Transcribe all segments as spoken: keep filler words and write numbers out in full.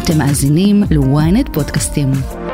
אתם מאזינים ל-ynet פודקאסטים.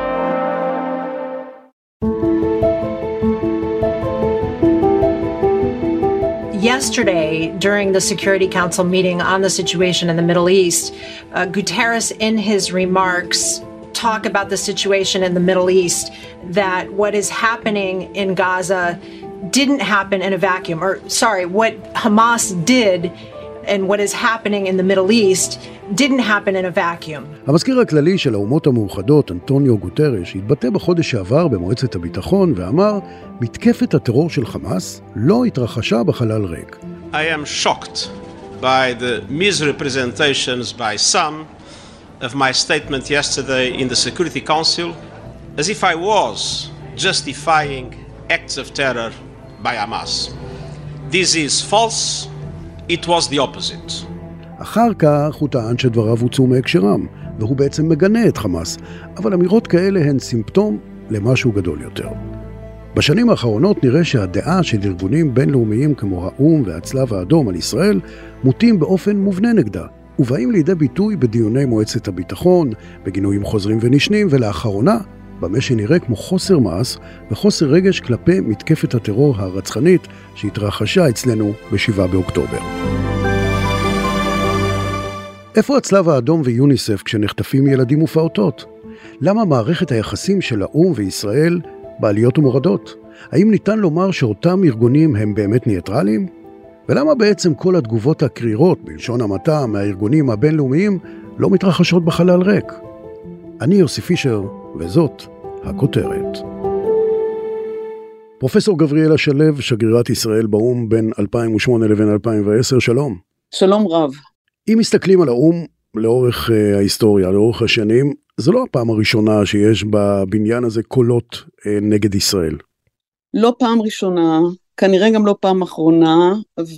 Yesterday, during the Security Council meeting on the situation in the Middle East, uh, Guterres, in his remarks, talk about the situation in the Middle East, that what is happening in Gaza didn't happen in a vacuum, or sorry, what Hamas did and what is happening in the Middle East didn't happen in a vacuum. המזכיר הכללי של האומות המאוחדות, אנטוניו גוטרש, התבטא בחודש שעבר במועצת הביטחון ואמר, מתקפת הטרור של חמאס לא התרחשה בחלל ריק. I am shocked by the misrepresentations by some of my statement yesterday in the Security Council, as if I was justifying acts of terror by Hamas. This is false. It was the opposite. אחר כך הוא טען שדבריו הוצאו מהקשרם, והוא בעצם מגנה את חמאס, אבל אמירות כאלה הן סימפטום למשהו גדול יותר. בשנים האחרונות נראה שהדעה של ארגונים בינלאומיים כמו האו"ם והצלב האדום על ישראל מוטים באופן מובנה נגדה, ובאים לידי ביטוי בדיוני מועצת הביטחון, בגינויים חוזרים ונשנים, ולאחרונה, במה שנראה כמו חוסר מעש וחוסר רגש כלפי מתקפת הטרור הרצחנית שהתרחשה אצלנו בשבעה באוקטובר. איפה הצלב האדום ויוניסף כשנחטפים ילדים ופעוטות? למה מערכת היחסים של האו"ם וישראל בעליות ומורדות? האם ניתן לומר שאותם ארגונים הם באמת ניטרליים? ולמה בעצם כל התגובות הקרירות, בלשון המעטה, מהארגונים הבינלאומיים לא מתרחשות בחלל ריק? אני יוסי פישר, וזאת הכותרת. פרופסור גבריאלה שלו, שגרירת ישראל באו"ם בין אלפיים ושמונה לבין אלפיים ועשר, שלום. שלום רב. אם מסתכלים על האו"ם לאורך uh, ההיסטוריה, לאורך השנים, זו לא הפעם הראשונה שיש בבניין הזה קולות uh, נגד ישראל. לא פעם ראשונה, כנראה גם לא פעם אחרונה,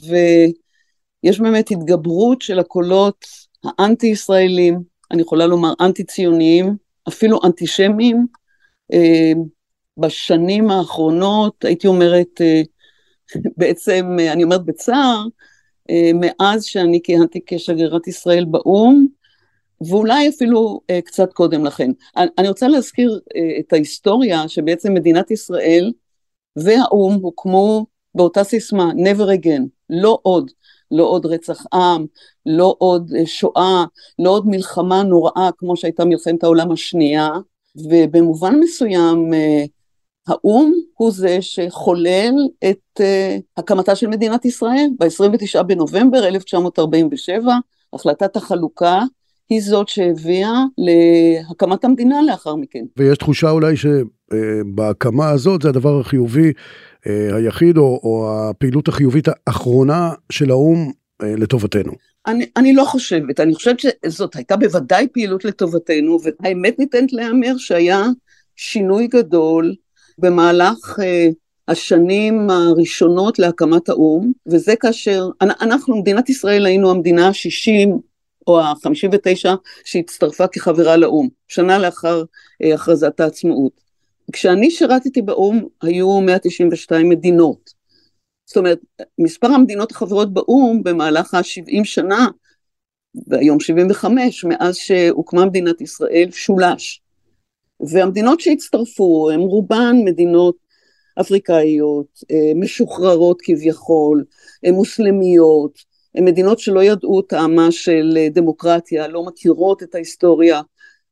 ויש באמת התגברות של הקולות האנטי-ישראלים, אני יכולה לומר אנטי-ציוניים, אפילו אנטישמיים, uh, בשנים האחרונות, הייתי אומרת, uh, בעצם, uh, אני אומרת בצער, מאז שאני כיהנתי כשגרירת ישראל באו"ם, ואולי אפילו uh, קצת קודם לכן. אני, אני רוצה להזכיר uh, את ההיסטוריה שבעצם מדינת ישראל והאו"ם הוקמו באותה סיסמה, never again, לא עוד, לא עוד רצח עם, לא עוד uh, שואה, לא עוד מלחמה נוראה כמו שהייתה מלחמת העולם השנייה, ובמובן מסוים uh, האו"ם הוא זה שחולל את uh, הקמתה של מדינת ישראל, ב-עשרים ותשעה בנובמבר אלף תשע מאות ארבעים ושבע, החלטת החלוקה היא זאת שהביאה להקמת המדינה לאחר מכן. ויש תחושה אולי שבהקמה הזאת זה הדבר החיובי uh, היחיד, או, או הפעילות החיובית האחרונה של האו"ם uh, לטובתנו. אני, אני לא חושבת, אני חושבת שזאת הייתה בוודאי פעילות לטובתנו, והאמת ניתנת לאמר שהיה שינוי גדול, במהלך uh, השנים הראשונות להקמת האו"ם, וזה כאשר, אנחנו, מדינת ישראל, היינו המדינה ה-שישים או ה-חמישים ותשע שהצטרפה כחברה לאו"ם, שנה לאחר uh, הכרזת העצמאות. כשאני שירתתי באו"ם, היו מאה תשעים ושתיים מדינות. זאת אומרת, מספר המדינות החברות באו"ם במהלך ה-שבעים שנה, והיום שבעים וחמש, מאז שהוקמה מדינת ישראל, שולש. והמדינות שהצטרפו הן רובן מדינות אפריקאיות, משוחררות כביכול, מוסלמיות, הן מדינות שלא ידעו טעמה של דמוקרטיה, לא מכירות את ההיסטוריה,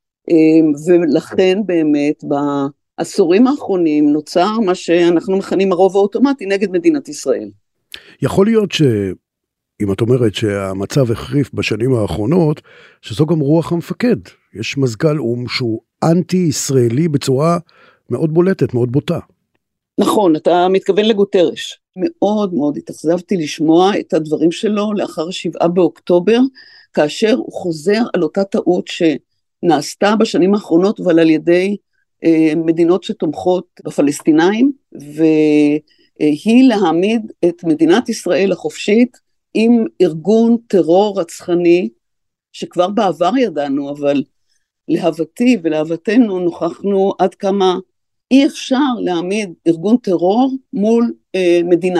ולכן באמת בעשורים האחרונים נוצר מה שאנחנו מכנים הרוב האוטומטי נגד מדינת ישראל. יכול להיות ש... אם את אומרת שהמצב החריף בשנים האחרונות, שזו גם רוח המפקד. יש מזכ"ל או"ם שהוא אנטי-ישראלי בצורה מאוד בולטת, מאוד בוטה. נכון, אתה מתכוון לגוטרש. מאוד מאוד התאכזבתי לשמוע את הדברים שלו לאחר שבעה באוקטובר, כאשר הוא חוזר על אותה טעות שנעשתה בשנים האחרונות, אבל על ידי אה, מדינות שתומכות בפלסטינאים, והיא להעמיד את מדינת ישראל החופשית, עם ארגון טרור רצחני, שכבר בעבר ידענו, אבל להבתי ולהבתנו נוכחנו עד כמה אי אפשר להעמיד ארגון טרור מול אה, מדינה.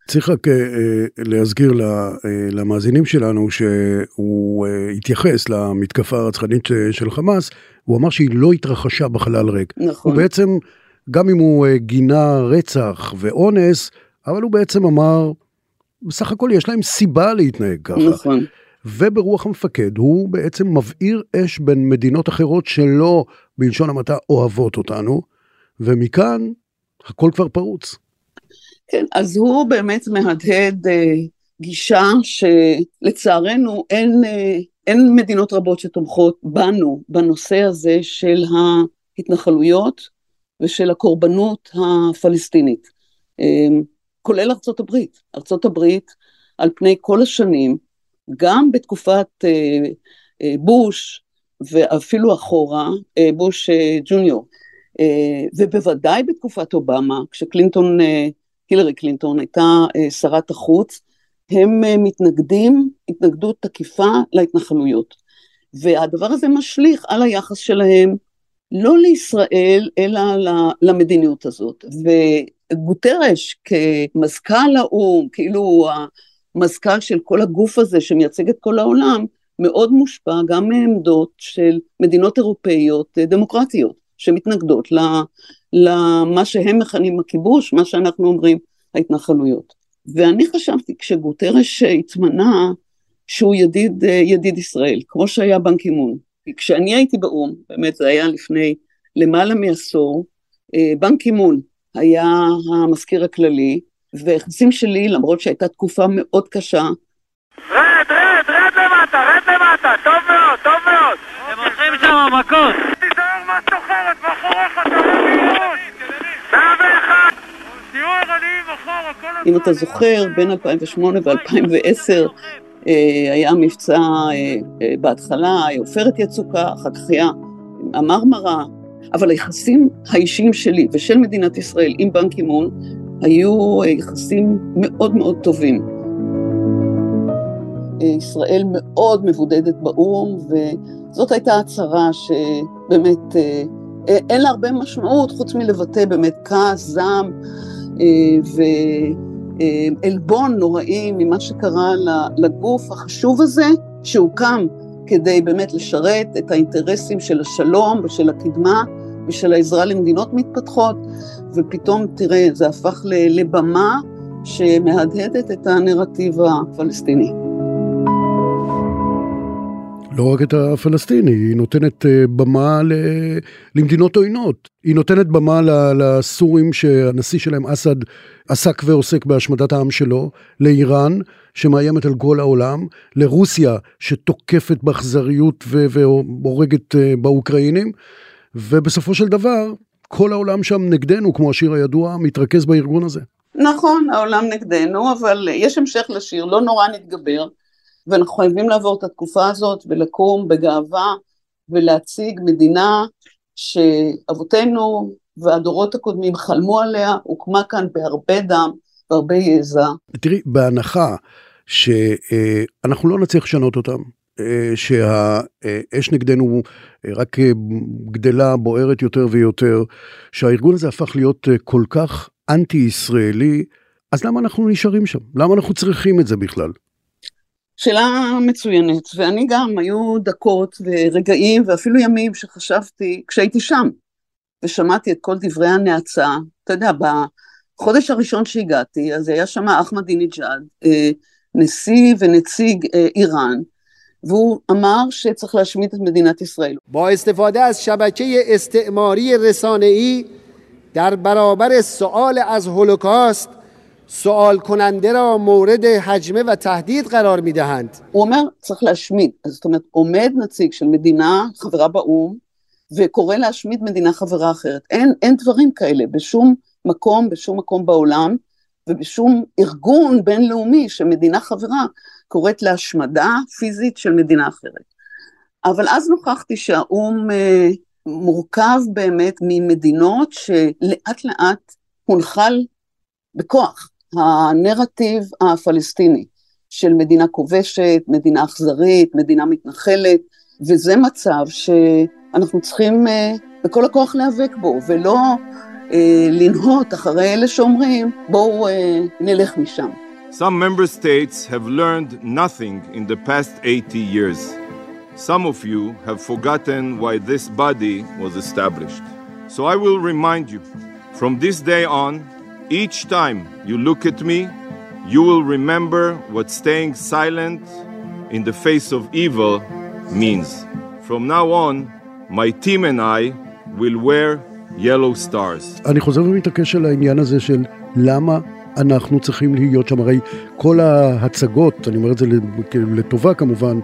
צריך רק להזכיר למאזינים שלנו שהוא התייחס למתקפה הרצחנית של חמאס, הוא אמר שהיא לא התרחשה בחלל ריק. נכון. הוא בעצם, גם אם הוא גינה רצח ואונס, אבל הוא בעצם אמר, בסך הכל יש להם סיבה להתנהג ככה. נכון. וברוח המפקד הוא בעצם מבעיר אש בין מדינות אחרות שלא בלשון המעטה אוהבות אותנו, ומכאן הכל כבר פרוץ. כן, אז הוא באמת מהדהד אה, גישה שלצערנו אין, אה, אין מדינות רבות שתומכות בנו בנושא הזה של ההתנחלויות ושל הקורבנות הפלסטינית, אה, כולל ארצות הברית. ארצות הברית על פני כל השנים, גם בתקופת אה, אה, בוש ואפילו אחורה, אה, בוש אה, ג'וניור, אה, ובוודאי בתקופת אובמה, כשקלינטון, אה, הילרי קלינטון הייתה אה, שרת החוץ, הם אה, מתנגדים התנגדות תקיפה להתנחלויות. והדבר הזה משליך על היחס שלהם, לא לישראל, אלא למדיניות הזאת. וגוטרש כמזכ"ל האו"ם, כאילו המזכ"ל של כל הגוף הזה שמייצג את כל העולם, מאוד מושפע גם מעמדות של מדינות אירופאיות דמוקרטיות, שמתנגדות למה שהם מכנים הכיבוש, מה שאנחנו אומרים ההתנחלויות. ואני חשבתי כשגוטרש התמנה שהוא ידיד, ידיד ישראל, כמו שהיה בן קי-מון. כשאני הייתי באו"ם, באמת זה היה לפני למעלה מעשור, בן קי-מון היה המזכיר הכללי, והיחסים שלי, למרות שהייתה תקופה מאוד קשה, רד, רד, רד למטה, רד למטה, טוב מאוד, טוב מאוד. הם הולכים שם מכות. תיזהר מה סוחרת, מאחוריך, תראה מיון. מאה ואחת. תהיו ערניים אחורה, כל הזמן. אם אתה זוכר, בין אלפיים ושמונה ו-אלפיים ועשר, היה מבצע בהתחלה, עופרת יצוקה, אחר כך היה המרמרה, אבל היחסים האישיים שלי ושל מדינת ישראל עם בן קי-מון, היו יחסים מאוד מאוד טובים. ישראל מאוד מבודדת באו"ם, וזאת הייתה הצהרה שבאמת אין לה הרבה משמעות, חוץ מלבטא באמת כעס, זעם ועלבון נוראי ממה שקרה לגוף החשוב הזה, שהוקם כדי באמת לשרת את האינטרסים של השלום ושל הקדמה ושל העזרה למדינות מתפתחות, ופתאום תראה, זה הפך לבמה שמהדהדת את הנרטיב הפלסטיני. לא רק את הפלסטיני, היא נותנת במה למדינות עוינות. היא נותנת במה לסורים שהנשיא שלהם אסד עסק ועוסק בהשמדת העם שלו, לאיראן שמאיימת על כל העולם, לרוסיה שתוקפת באכזריות והורגת באוקראינים, ובסופו של דבר כל העולם שם נגדנו, כמו השיר הידוע, מתרכז בארגון הזה. נכון, העולם נגדנו, אבל יש המשך לשיר, לא נורא נתגבר, ואנחנו חייבים לעבור את התקופה הזאת ולקום בגאווה ולהציג מדינה שאבותינו והדורות הקודמים חלמו עליה, הוקמה כאן בהרבה דם והרבה יזע. תראי, בהנחה שאנחנו לא נצליח לשנות אותם, שהאש נגדנו רק גדלה, בוערת יותר ויותר, שהארגון הזה הפך להיות כל כך אנטי-ישראלי, אז למה אנחנו נשארים שם? למה אנחנו צריכים את זה בכלל? שאלה מצוינת, ואני גם, היו דקות ורגעים ואפילו ימים שחשבתי, כשהייתי שם, ושמעתי את כל דברי הנאצה, אתה יודע, בחודש הראשון שהגעתי, אז היה שם אחמדינג'אד, נשיא ונציג איראן, והוא אמר שצריך להשמיד את מדינת ישראל. با استفاده از شبکه استعماری رسانه‌ای در برابر سؤال از هولوکاست سوال کننده را مورد هجمه و تهدید قرار می‌دهند. הוא אומר צריך להשמיד, זאת אומרת עומד נציג של מדינה חברה באו"ם וקורא להשמיד מדינה חברה אחרת. אין אין דברים כאלה בשום מקום, בשום מקום בעולם ובשום ארגון בינלאומי שמדינה חברה קוראת להשמדה פיזית של מדינה אחרת. אבל אז נוכחתי שהאו"ם אה, מורכב באמת ממדינות שלאט לאט הונחל בכוח הנרטיב הפלסטיני של מדינה כובשת, מדינה אכזרית, מדינה מתנחלת, וזה מצב שאנחנו צריכים אה, בכל הכוח להיאבק בו, ולא לנהות אחרי אלה שאומרים, בואו נלך משם. Some member states have learned nothing in the past eighty years. Some of you have forgotten why this body was established. So I will remind you, from this day on, each time you look at me, you will remember what staying silent in the face of evil means. From now on, my team and I will wear yellow stars. אני חוזר ומתעקש על העניין הזה של למה אנחנו צריכים להיות שם. הרי כל ההצגות, אני אומר את זה לטובה כמובן,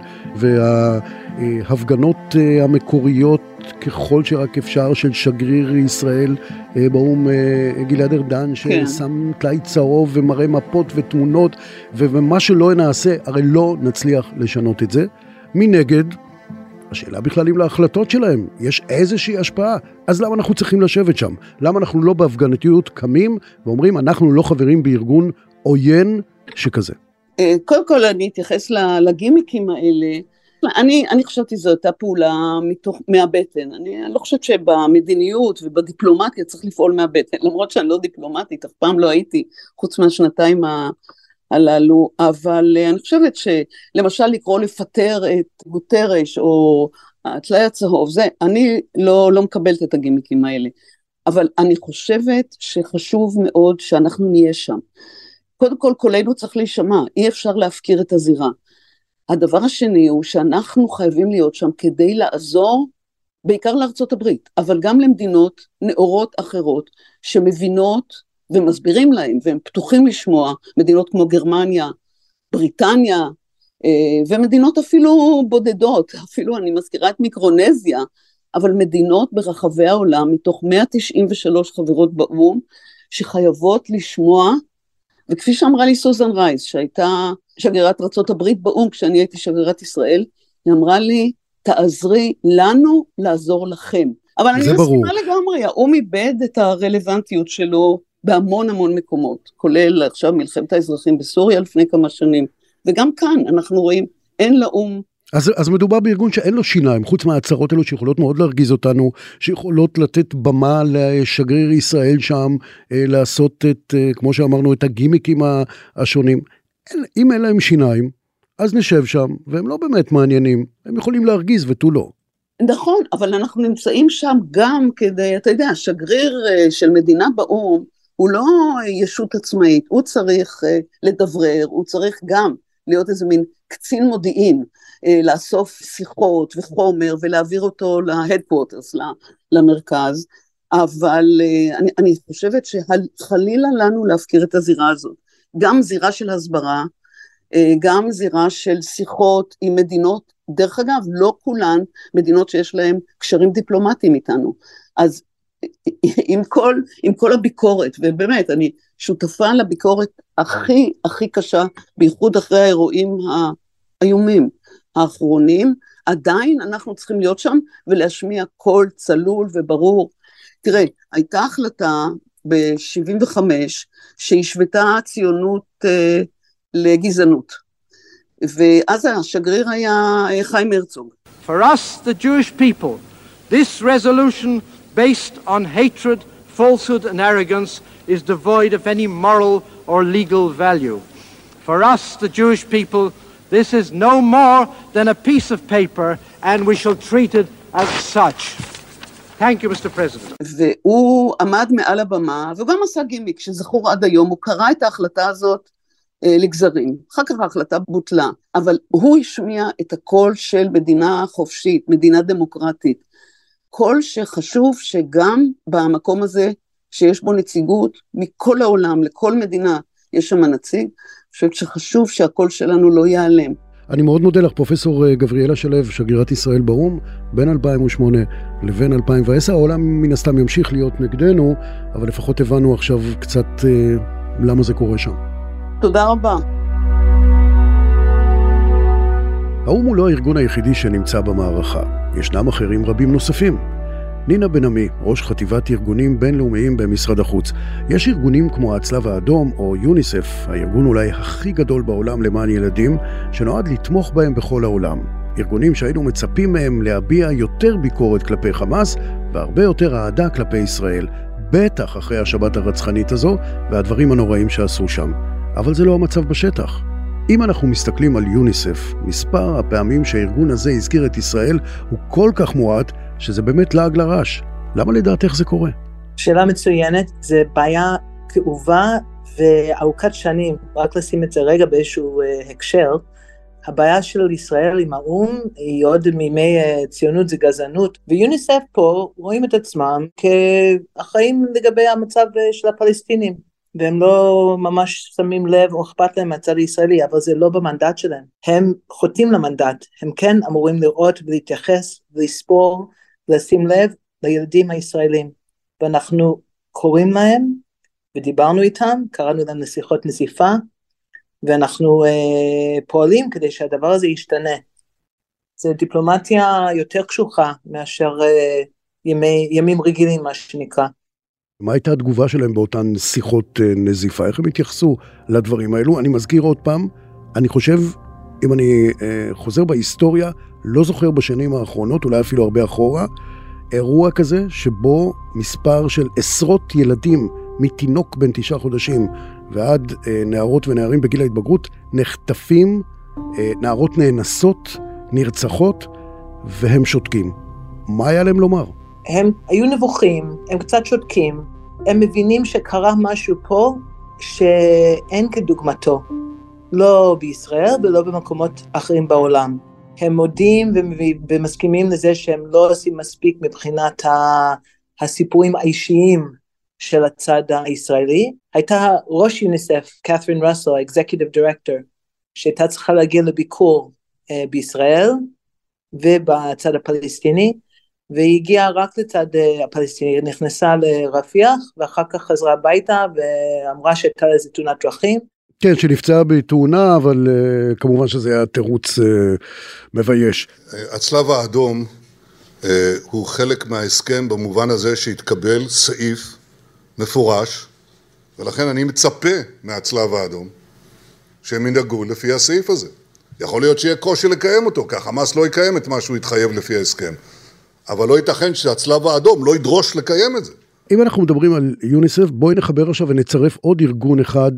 וההפגנות המקוריות ככל שרק אפשר של שגריר ישראל באום גלעד ארדן, ששם טלאי צהוב ומראה מפות ותמונות, ומה שלא נעשה, הרי לא נצליח לשנות את זה. מנגד, השאלה בכלל אם להחלטות שלהם יש איזושהי השפעה, אז למה אנחנו צריכים לשבת שם? למה אנחנו לא בהפגנתיות קמים ואומרים אנחנו לא חברים בארגון עוין שכזה? קודם כל אני אתייחס לגימיקים האלה. אני, אני חשבתי זו הייתה פעולה מתוך, מהבטן. אני לא חושבת שבמדיניות ובדיפלומטיה צריך לפעול מהבטן, למרות שאני לא דיפלומטית, אף פעם לא הייתי, חוץ מהשנתיים ה... הללו, אבל אני חושבת שלמשל לקרוא לפטר את גוטרש או הטלאי הצהוב, זה, אני לא, לא מקבלת את הגימיקים האלה, אבל אני חושבת שחשוב מאוד שאנחנו נהיה שם. קודם כל, קולנו צריך להישמע, אי אפשר להפקיר את הזירה. הדבר השני הוא שאנחנו חייבים להיות שם כדי לעזור, בעיקר לארצות הברית, אבל גם למדינות נאורות אחרות, שמבינות ומסבירים להם, והם פתוחים לשמוע, מדינות כמו גרמניה, בריטניה, ומדינות אפילו בודדות, אפילו אני מזכירה את מיקרונזיה, אבל מדינות ברחבי העולם, מתוך מאה תשעים ושלוש חברות באום, שחייבות לשמוע, וכפי שאמרה לי סוזן רייס, שהייתה שגרירת ארצות הברית באום, כשאני הייתי שגרירת ישראל, היא אמרה לי, תעזרי לנו לעזור לכם. אבל אני מסכימה לגמרי, האום איבד את הרלוונטיות שלו, בהמון המון מקומות, כולל עכשיו מלחמת האזרחים בסוריה לפני כמה שנים, וגם כאן אנחנו רואים, אין לאום. אז, אז מדובר בארגון שאין לו שיניים, חוץ מההצהרות האלו שיכולות מאוד להרגיז אותנו, שיכולות לתת במה לשגריר ישראל שם, לעשות את, כמו שאמרנו, את הגימיקים השונים. אם אין להם שיניים, אז נשב שם, והם לא באמת מעניינים, הם יכולים להרגיז ותו לא. נכון, אבל אנחנו נמצאים שם גם כדי, אתה יודע, שגריר של מדינה באום, הוא לא ישות עצמאית, הוא צריך לדברר, הוא צריך גם להיות איזה מין קצין מודיעין, לאסוף שיחות וחומר ולהעביר אותו להדקוורטרס, למרכז, אבל אני, אני חושבת שחלילה לנו להפקיר את הזירה הזאת, גם זירה של הסברה, גם זירה של שיחות עם מדינות, דרך אגב, לא כולן מדינות שיש להן קשרים דיפלומטיים איתנו, אז עם כל, עם כל הביקורת, ובאמת, אני שותפה לביקורת הכי, הכי קשה, בייחוד אחרי האירועים האיומים האחרונים, עדיין אנחנו צריכים להיות שם, ולהשמיע קול צלול וברור. תראה, הייתה החלטה ב-שבעים וחמש, שהשוותה ציונות אה, לגזענות, ואז השגריר היה חיים הרצוג. For us, the Jewish people, this resolution based on hatred, falsehood and arrogance is devoid of any moral or legal value. For us, the Jewish people, this is no more than a piece of paper and we shall treat it as such. Thank you, Mister President. והוא עמד מעל הבמה, וגם עשה גימיק, שזכור עד היום, הוא קרא את ההחלטה הזאת אה, לגזרים. אחר כך ההחלטה בוטלה, אבל הוא השמיע את הקול של מדינה חופשית, מדינה דמוקרטית. קול שחשוב שגם במקום הזה, שיש בו נציגות מכל העולם, לכל מדינה, יש שם נציג, חושבת שחשוב שהקול שלנו לא ייעלם. אני מאוד מודה לך, פרופסור גבריאלה שלו, שגרירת ישראל באום, בין אלפיים ושמונה לבין אלפיים ועשר, העולם מן הסתם ימשיך להיות נגדנו, אבל לפחות הבנו עכשיו קצת אה, למה זה קורה שם. תודה רבה. האום הוא לא הארגון היחידי שנמצא במערכה, ישנם אחרים רבים נוספים. נינה בן עמי, ראש חטיבת ארגונים בינלאומיים במשרד החוץ. יש ארגונים כמו הצלב האדום או יוניסף, הארגון אולי הכי גדול בעולם למען ילדים, שנועד לתמוך בהם בכל העולם. ארגונים שהיינו מצפים מהם להביע יותר ביקורת כלפי חמאס, והרבה יותר אהדה כלפי ישראל, בטח אחרי השבת הרצחנית הזו והדברים הנוראים שעשו שם. אבל זה לא המצב בשטח. אם אנחנו מסתכלים על יוניסף, מספר הפעמים שהארגון הזה הזכיר את ישראל הוא כל כך מועט, שזה באמת לעג לרש. למה לדעתך זה קורה? שאלה מצוינת, זה בעיה כאובה וארוכת שנים, רק לשים את זה רגע באיזשהו uh, הקשר. הבעיה של ישראל עם האום היא עוד מימי uh, ציונות זה גזענות, ויוניסף פה רואים את עצמם כאחראים לגבי המצב uh, של הפלסטינים, והם לא ממש שמים לב או אכפת להם מהצד הישראלי, אבל זה לא במנדט שלהם. הם חוטאים למנדט, הם כן אמורים לראות ולהתייחס ולספור ולשים לב לילדים הישראלים, ואנחנו קוראים להם ודיברנו איתם, קראנו להם לשיחות נזיפה, ואנחנו אה, פועלים כדי שהדבר הזה ישתנה. זה דיפלומטיה יותר קשוחה מאשר אה, ימי, ימים רגילים, מה שנקרא. מה הייתה התגובה שלהם באותן שיחות אה, נזיפה? איך הם התייחסו לדברים האלו? אני מזכיר עוד פעם, אני חושב, אם אני אה, חוזר בהיסטוריה, לא זוכר בשנים האחרונות, אולי אפילו הרבה אחורה, אירוע כזה שבו מספר של עשרות ילדים מתינוק בין תשעה חודשים ועד אה, נערות ונערים בגיל ההתבגרות נחטפים, אה, נערות נאנסות, נרצחות, והם שותקים. מה היה להם לומר? הם היו נבוכים, הם קצת שותקים, הם מבינים שקרה משהו פה שאין כדוגמתו, לא בישראל ולא במקומות אחרים בעולם. הם מודים ומסכימים לזה שהם לא עושים מספיק מבחינת הסיפורים האישיים של הצד הישראלי. הייתה ראש יוניסף, קת'רין ראסל, האקזקיוטיב דירקטור, שהייתה צריכה להגיע לביקור uh, בישראל ובצד הפלסטיני, והיא הגיעה רק לצד uh, הפלסטיני, נכנסה לרפיח, ואחר כך חזרה הביתה ואמרה שהייתה איזו תאונת דרכים. כן, שנפצעה בתאונה, אבל uh, כמובן שזה היה תירוץ uh, מבייש. הצלב האדום uh, הוא חלק מההסכם במובן הזה שהתקבל סעיף מפורש, ולכן אני מצפה מהצלב האדום שהם ינהגו לפי הסעיף הזה. יכול להיות שיהיה קושי לקיים אותו, כי החמאס לא יקיים את מה שהוא התחייב לפי ההסכם. אבל לא ייתכן שהצלב האדום לא ידרוש לקיים את זה. אם אנחנו מדברים על יוניסף, בואי נחבר עכשיו ונצרף עוד ארגון אחד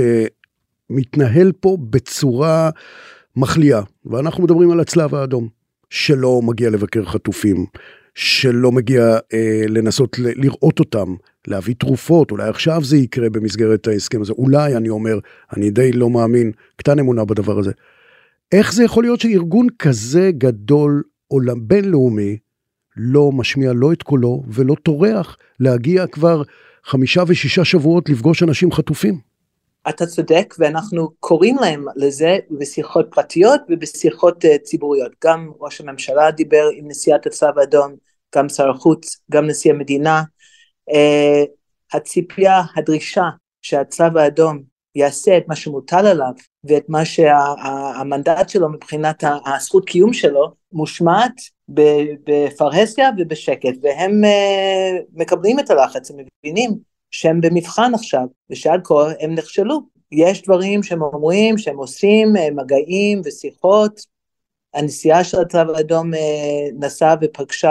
שמתנהל פה בצורה מחליאה. ואנחנו מדברים על הצלב האדום, שלא מגיע לבקר חטופים, שלא מגיע אה, לנסות ל- לראות אותם, להביא תרופות, אולי עכשיו זה יקרה במסגרת ההסכם הזה, אולי אני אומר, אני די לא מאמין, קטן אמונה בדבר הזה. איך זה יכול להיות שארגון כזה גדול, עולם בינלאומי, לא משמיע לא את קולו, ולא טורח להגיע כבר חמישה ושישה שבועות לפגוש אנשים חטופים? אתה צודק, ואנחנו קוראים להם לזה בשיחות פרטיות ובשיחות uh, ציבוריות. גם ראש הממשלה דיבר עם נשיאת הצלב האדום, גם שר החוץ, גם נשיא המדינה. Uh, הציפייה, הדרישה שהצלב האדום יעשה את מה שמוטל עליו, ואת מה שהמנדט שלו מבחינת הזכות קיום שלו, מושמעת בפרהסיה ובשקט, והם uh, מקבלים את הלחץ, הם מבינים שהם במבחן עכשיו, ושעד כה הם נכשלו. יש דברים שהם אומרים, שהם עושים מגעים ושיחות. הנסיעה של הצלב האדום נסעה ופגשה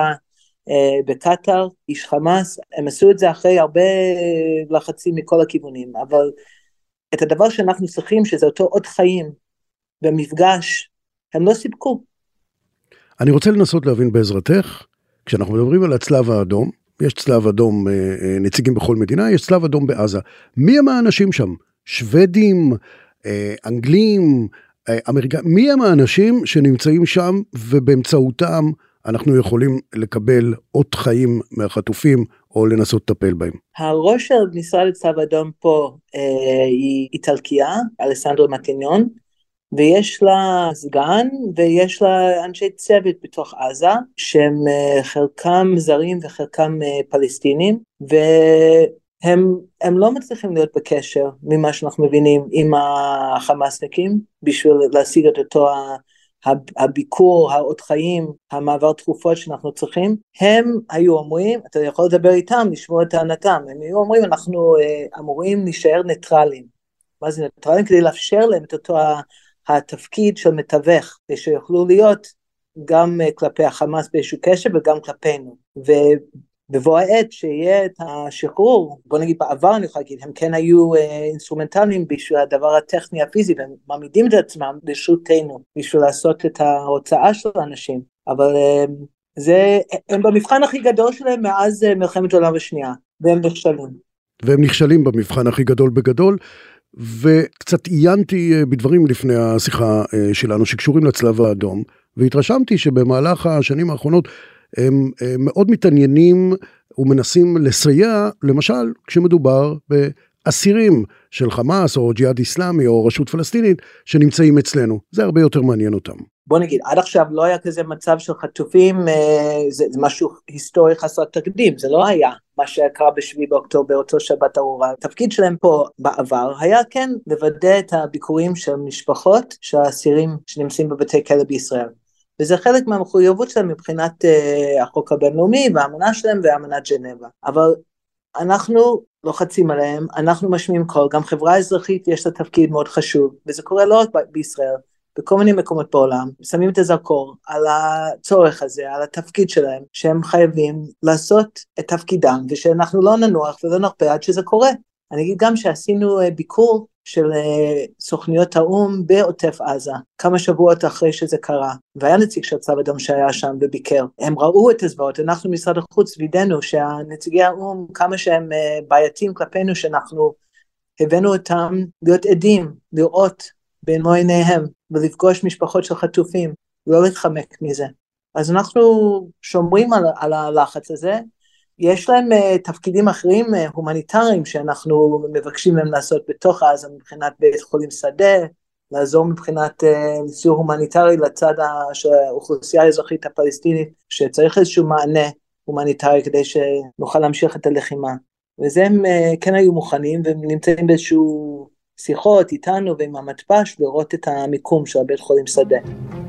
בקטר, איש חמאס, הם עשו את זה אחרי הרבה לחצים מכל הכיוונים, אבל את הדבר שאנחנו צריכים, שזה אותו עוד חיים במפגש, הם לא סיפקו. אני רוצה לנסות להבין בעזרתך, כשאנחנו מדברים על הצלב האדום, יש צלב אדום, נציגים בכל מדינה, יש צלב אדום בעזה. מי הם האנשים שם? שוודים, אנגלים, אמריקאים, מי הם האנשים שנמצאים שם, ובאמצעותם אנחנו יכולים לקבל עוד חיים מהחטופים, או לנסות לטפל בהם? הראש של משרד הצלב האדום פה היא איטלקיה, אלסנדרו מטיניון, ויש לה סגן, ויש לה אנשי צוות בתוך עזה, שהם חלקם זרים וחלקם פלסטינים, והם הם לא מצליחים להיות בקשר, ממה שאנחנו מבינים, עם החמאסניקים, בשביל להשיג את אותו הביקור, העוד חיים, המעבר תקופות שאנחנו צריכים. הם היו אומרים, אתה יכול לדבר איתם, לשמוע את טענתם, הם היו אומרים, אנחנו אמורים להישאר ניטרלים. מה זה ניטרלים? כדי לאפשר להם את אותו התפקיד של מתווך, שיוכלו להיות גם כלפי החמאס באיזשהו קשר וגם כלפינו. בבוא העת שיהיה את השחרור, בוא נגיד בעבר אני יכול להגיד, הם כן היו אה, אינסטרומנטליים בשביל הדבר הטכני הפיזי, והם מעמידים את עצמם לרשותנו, בשביל לעשות את ההוצאה של האנשים, אבל אה, זה, הם במבחן הכי גדול שלהם מאז אה, מלחמת העולם השנייה, והם נכשלים. והם נכשלים במבחן הכי גדול בגדול, וקצת עיינתי בדברים לפני השיחה אה, שלנו, שקשורים לצלב האדום, והתרשמתי שבמהלך השנים האחרונות, הם מאוד מתעניינים ומנסים לסייע, למשל, כשמדובר באסירים של חמאס או ג'יהאד איסלאמי או רשות פלסטינית שנמצאים אצלנו. זה הרבה יותר מעניין אותם. בוא נגיד, עד עכשיו לא היה כזה מצב של חטופים, זה, זה משהו היסטורי חסר תקדים, זה לא היה מה שקרה בשביעי באוקטובר, אותו שבת ארורה. התפקיד שלהם פה בעבר היה כן לוודא את הביקורים של משפחות של האסירים שנמצאים בבתי כלא בישראל. וזה חלק מהמחויבות שלהם מבחינת uh, החוק הבינלאומי והאמנה שלהם והאמנת ג'נבה. אבל אנחנו לוחצים עליהם, אנחנו משמיעים קול, גם חברה אזרחית יש לה תפקיד מאוד חשוב, וזה קורה לא רק ב- בישראל, בכל מיני מקומות בעולם, שמים את הזרקור על הצורך הזה, על התפקיד שלהם, שהם חייבים לעשות את תפקידם, ושאנחנו לא ננוח ולא נרפה עד שזה קורה. אני אגיד גם שעשינו ביקור של סוכניות האום בעוטף עזה, כמה שבועות אחרי שזה קרה, והיה נציג של הצלב האדום שהיה שם וביקר. הם ראו את הזוועות, אנחנו משרד החוץ וידאנו שהנציגי האום, כמה שהם בעייתיים כלפינו, שאנחנו הבאנו אותם להיות עדים, לראות במו עיניהם, ולפגוש משפחות של חטופים, לא להתחמק מזה. אז אנחנו שומרים על, על הלחץ הזה, יש להם uh, תפקידים אחרים uh, הומניטריים שאנחנו מבקשים להם לעשות בתוך עזה, מבחינת בית חולים שדה, לעזור מבחינת uh, סיור הומניטרי לצד של האוכלוסייה האזרחית הפלסטינית, שצריך איזשהו מענה הומניטרי כדי שנוכל להמשיך את הלחימה. וזה הם uh, כן היו מוכנים, והם נמצאים באיזשהו שיחות איתנו ועם המתפ"ש, לראות את המיקום של הבית חולים שדה.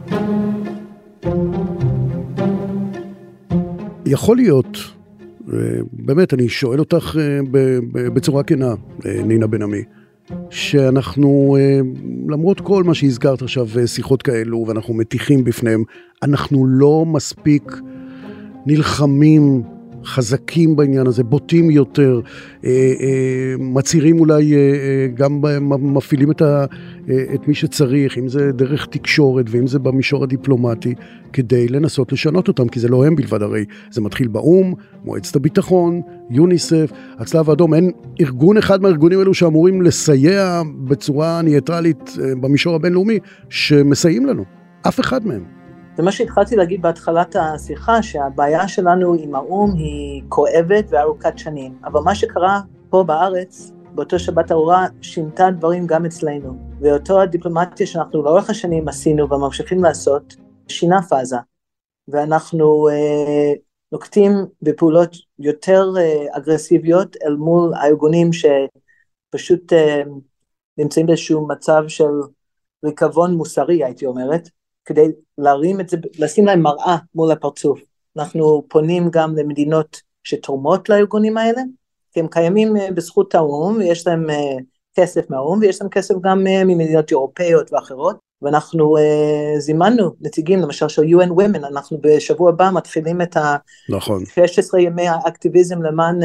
יכול להיות, באמת, אני שואל אותך בצורה כנה, נינה בן עמי, שאנחנו, למרות כל מה שהזכרת עכשיו, שיחות כאלו, ואנחנו מתיחים בפניהם, אנחנו לא מספיק נלחמים, חזקים בעניין הזה, בוטים יותר, מצהירים אולי, גם מפעילים את, ה, את מי שצריך, אם זה דרך תקשורת, ואם זה במישור הדיפלומטי, כדי לנסות לשנות אותם, כי זה לא הם בלבד, הרי זה מתחיל באום, מועצת הביטחון, יוניסף, הצלב האדום, אין ארגון אחד מהארגונים האלו שאמורים לסייע בצורה ניטרלית במישור הבינלאומי, שמסייעים לנו, אף אחד מהם. זה מה שהתחלתי להגיד בהתחלת השיחה, שהבעיה שלנו עם האום היא כואבת וארוכת שנים, אבל מה שקרה פה בארץ, באותו שבת ארורה, שינתה דברים גם אצלנו, ואותו הדיפלומטיה שאנחנו לאורך השנים עשינו וממשיכים לעשות, שינה פאזה, ואנחנו אה, נוקטים בפעולות יותר אה, אגרסיביות אל מול הארגונים שפשוט אה, נמצאים באיזשהו מצב של ריקבון מוסרי, הייתי אומרת, כדי להרים את זה, לשים להם מראה מול הפרצוף. אנחנו פונים גם למדינות שתורמות לארגונים האלה, כי הם קיימים בזכות האום, ויש להם כסף מהאום, ויש להם כסף גם ממדינות אירופאיות ואחרות, ואנחנו זימנו נציגים, למשל של יו אן Women, אנחנו בשבוע הבא מתחילים את ה-שש עשרה ימי האקטיביזם למען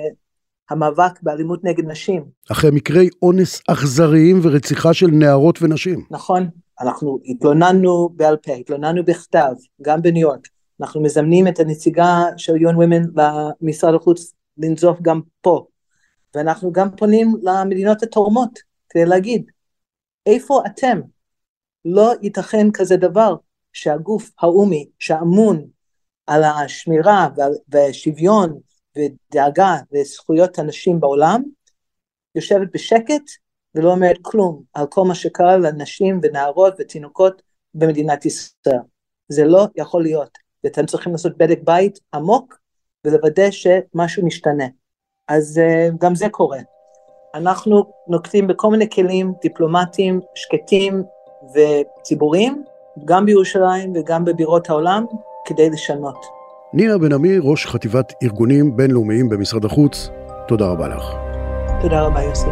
המאבק באלימות נגד נשים. אחרי מקרי אונס אכזריים ורציחה של נערות ונשים. נכון. אנחנו התלוננו בעל פה, התלוננו בכתב, גם בניו יורק, אנחנו מזמנים את הנציגה של יו אן Women במשרד החוץ לנזוף גם פה, ואנחנו גם פונים למדינות התורמות, כדי להגיד, איפה אתם? לא ייתכן כזה דבר, שהגוף האומי, שאמון על השמירה והשוויון ודאגה וזכויות הנשים בעולם, יושבת בשקט, ולא אומרת כלום על כל מה שקרה לנשים ונערות ותינוקות במדינת ישראל. זה לא יכול להיות. ואתם צריכים לעשות בדק בית עמוק, ולוודא שמשהו משתנה. אז uh, גם זה קורה. אנחנו נוקטים בכל מיני כלים דיפלומטיים, שקטים וציבוריים, גם בירושלים וגם בבירות העולם, כדי לשנות. נינה בן עמי, ראש חטיבת ארגונים בינלאומיים במשרד החוץ, תודה רבה לך. תודה רבה יוסי.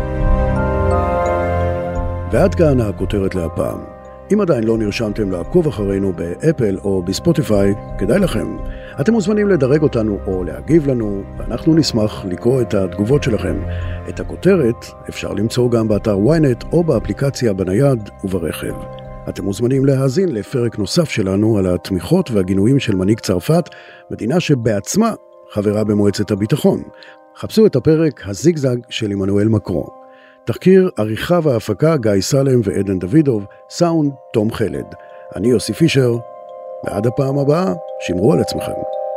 ועד כאן הכותרת להפעם. אם עדיין לא נרשמתם לעקוב אחרינו באפל או בספוטיפיי, כדאי לכם. אתם מוזמנים לדרג אותנו או להגיב לנו, ואנחנו נשמח לקרוא את התגובות שלכם. את הכותרת אפשר למצוא גם באתר וויינט או באפליקציה בנייד וברכב. אתם מוזמנים להאזין לפרק נוסף שלנו על התמיכות והגינויים של מנהיג צרפת, מדינה שבעצמה חברה במועצת הביטחון. חפשו את הפרק הזיגזג של עמנואל מקרון. תחקיר, עריכה והפקה גיא סלם ועדן דוידוב, סאונד תום חלד. אני יוסי פישר, ועד הפעם הבאה, שמרו על עצמכם.